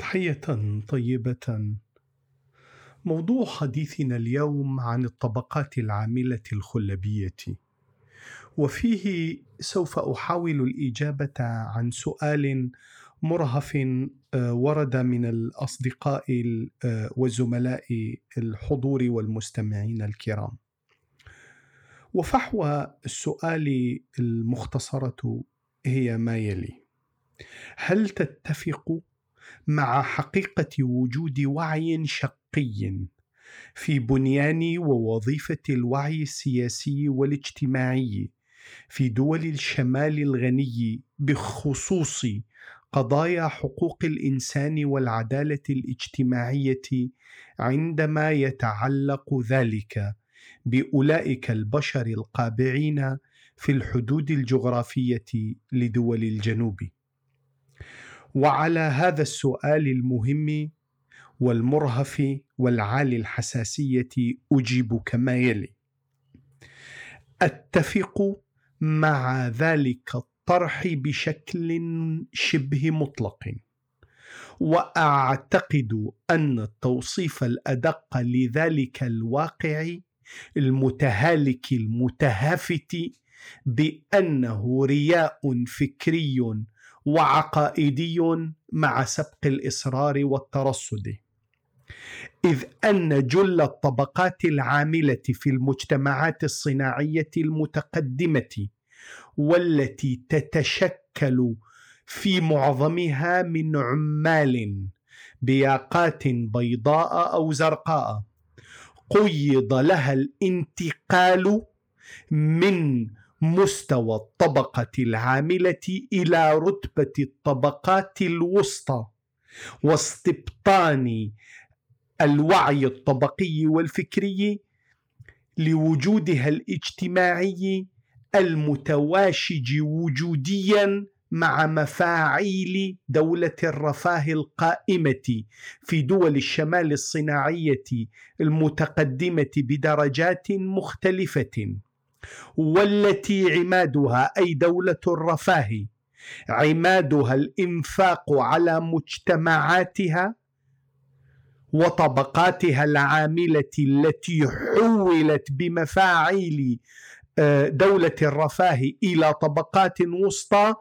تحية طيبة. موضوع حديثنا اليوم عن الطبقات العاملة الخلبية، وفيه سوف أحاول الإجابة عن سؤال مرهف ورد من الأصدقاء والزملاء الحضور والمستمعين الكرام. وفحوى السؤال المختصرة هي ما يلي: هل تتفق مع حقيقة وجود وعي شقي في بنيان ووظيفة الوعي السياسي والاجتماعي في دول الشمال الغني بخصوص قضايا حقوق الإنسان والعدالة الاجتماعية، عندما يتعلق ذلك بأولئك البشر القابعين في الحدود الجغرافية لدول الجنوب؟ وعلى هذا السؤال المهم والمرهف والعالي الحساسية أجيب كما يلي: أتفق مع ذلك الطرح بشكل شبه مطلق، وأعتقد أن التوصيف الأدق لذلك الواقع المتهالك المتهافت بأنه رياء فكري وعقائدي مع سبق الإصرار والترصد، إذ أن جل الطبقات العاملة في المجتمعات الصناعية المتقدمة، والتي تتشكل في معظمها من عمال بياقات بيضاء أو زرقاء، قيض لها الانتقال من مستوى الطبقة العاملة إلى رتبة الطبقات الوسطى، واستبطان الوعي الطبقي والفكري لوجودها الاجتماعي المتواشج وجوديا مع مفاعيل دولة الرفاه القائمة في دول الشمال الصناعية المتقدمة بدرجات مختلفة، والتي عمادها أي دولة الرفاه عمادها الإنفاق على مجتمعاتها وطبقاتها العاملة التي حولت بمفاعيل دولة الرفاه إلى طبقات وسطى،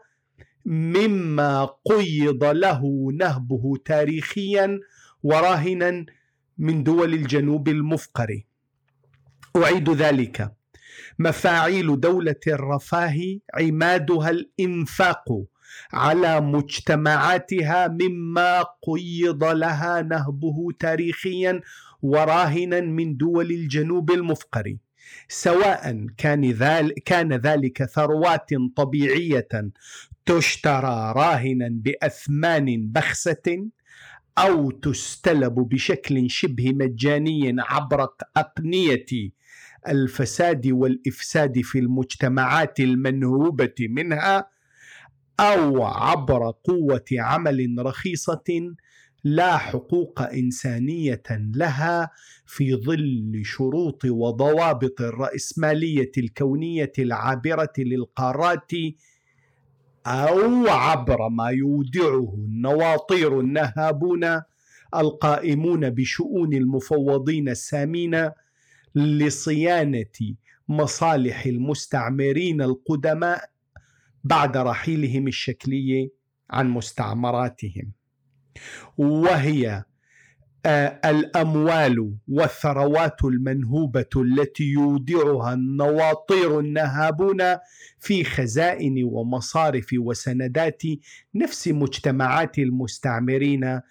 مما قيض له نهبه تاريخيا وراهنا من دول الجنوب المفقر. أعيد ذلك: مفاعيل دولة الرفاه عمادها الإنفاق على مجتمعاتها، مما قيض لها نهبه تاريخيا وراهنا من دول الجنوب المفقر، سواء كان ذلك ثروات طبيعية تشترى راهنا بأثمان بخسة، أو تستلب بشكل شبه مجاني عبر أقنية الفساد والإفساد في المجتمعات المنهوبة منها، أو عبر قوة عمل رخيصة لا حقوق إنسانية لها في ظل شروط وضوابط الرأسمالية الكونية العابرة للقارات، أو عبر ما يودعه النواطير النهابون القائمون بشؤون المفوضين السامين لصيانة مصالح المستعمرين القدماء بعد رحيلهم الشكلي عن مستعمراتهم، وهي الأموال والثروات المنهوبة التي يودعها النواطير النهابون في خزائن ومصارف وسندات نفس مجتمعات المستعمرين،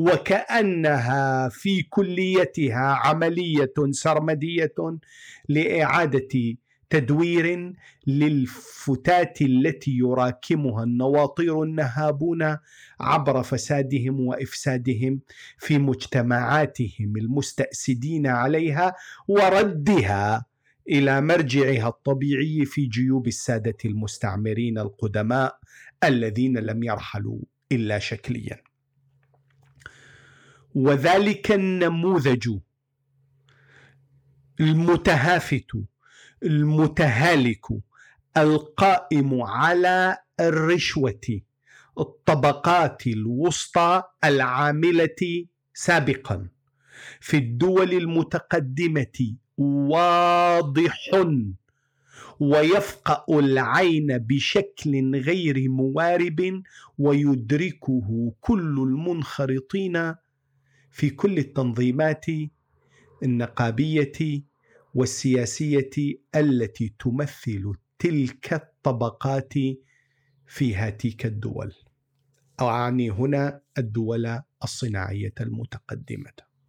وكأنها في كليتها عملية سرمدية لإعادة تدوير للفتات التي يراكمها النواطير النهابون عبر فسادهم وإفسادهم في مجتمعاتهم المستأسدين عليها، وردها إلى مرجعها الطبيعي في جيوب السادة المستعمرين القدماء الذين لم يرحلوا إلا شكليا. وذلك النموذج المتهافت المتهالك القائم على الرشوة الطبقات الوسطى العاملة سابقا في الدول المتقدمة واضح ويفقأ العين بشكل غير موارب، ويدركه كل المنخرطين في كل التنظيمات النقابية والسياسية التي تمثل تلك الطبقات في هاتيك الدول، أعني هنا الدول الصناعية المتقدمة.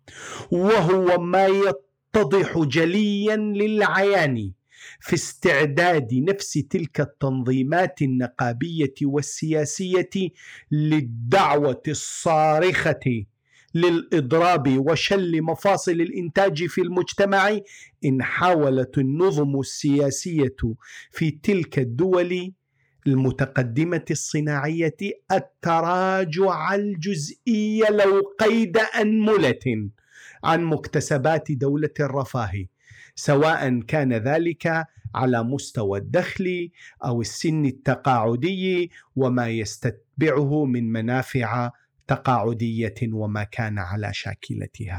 وهو ما يتضح جليا للعيان في استعداد نفس تلك التنظيمات النقابية والسياسية للدعوة الصارخة للإضراب وشل مفاصل الإنتاج في المجتمع إن حاولت النظم السياسية في تلك الدول المتقدمة الصناعية التراجع الجزئي لو قيد أنملة عن مكتسبات دولة الرفاه، سواء كان ذلك على مستوى الدخل أو السن التقاعدي وما يستتبعه من منافع تقاعدية وما كان على شاكلتها،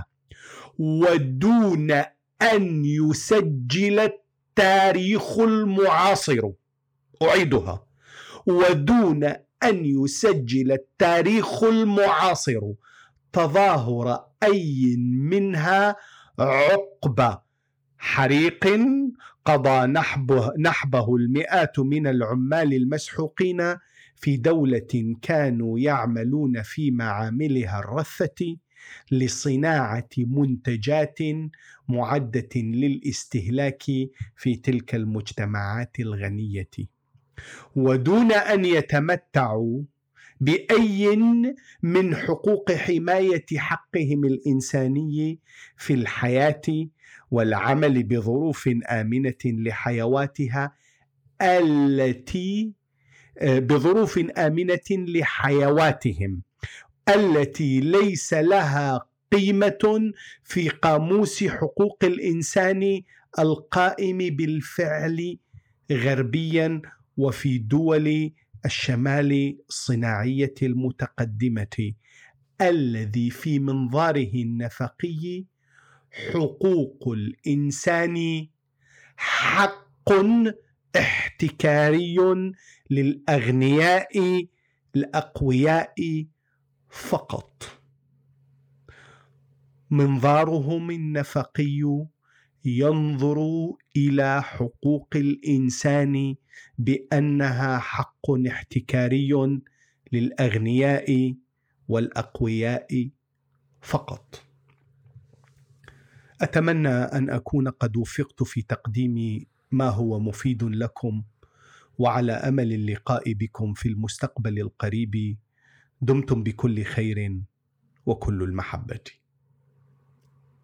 ودون أن يسجل التاريخ المعاصر، أعيدها، ودون أن يسجل التاريخ المعاصر تظاهر أي منها عقب حريق قضى نحبه المئات من العمال المسحوقين في دولة كانوا يعملون في معاملها الرثة لصناعة منتجات معدة للاستهلاك في تلك المجتمعات الغنية، ودون أن يتمتعوا بأي من حقوق حماية حقهم الإنساني في الحياة والعمل بظروف آمنة لحيواتها بظروف آمنة لحيواتهم التي ليس لها قيمة في قاموس حقوق الإنسان القائم بالفعل غربيا وفي دول الشمال الصناعية المتقدمة، الذي في منظاره النفقي حقوق الإنسان حق احتكاري للأغنياء الأقوياء فقط. منظارهم النفقي ينظر إلى حقوق الإنسان بأنها حق احتكاري للأغنياء والأقوياء فقط. أتمنى أن أكون قد وفقت في تقديم ما هو مفيد لكم، وعلى أمل اللقاء بكم في المستقبل القريب. دمتم بكل خير وكل المحبة.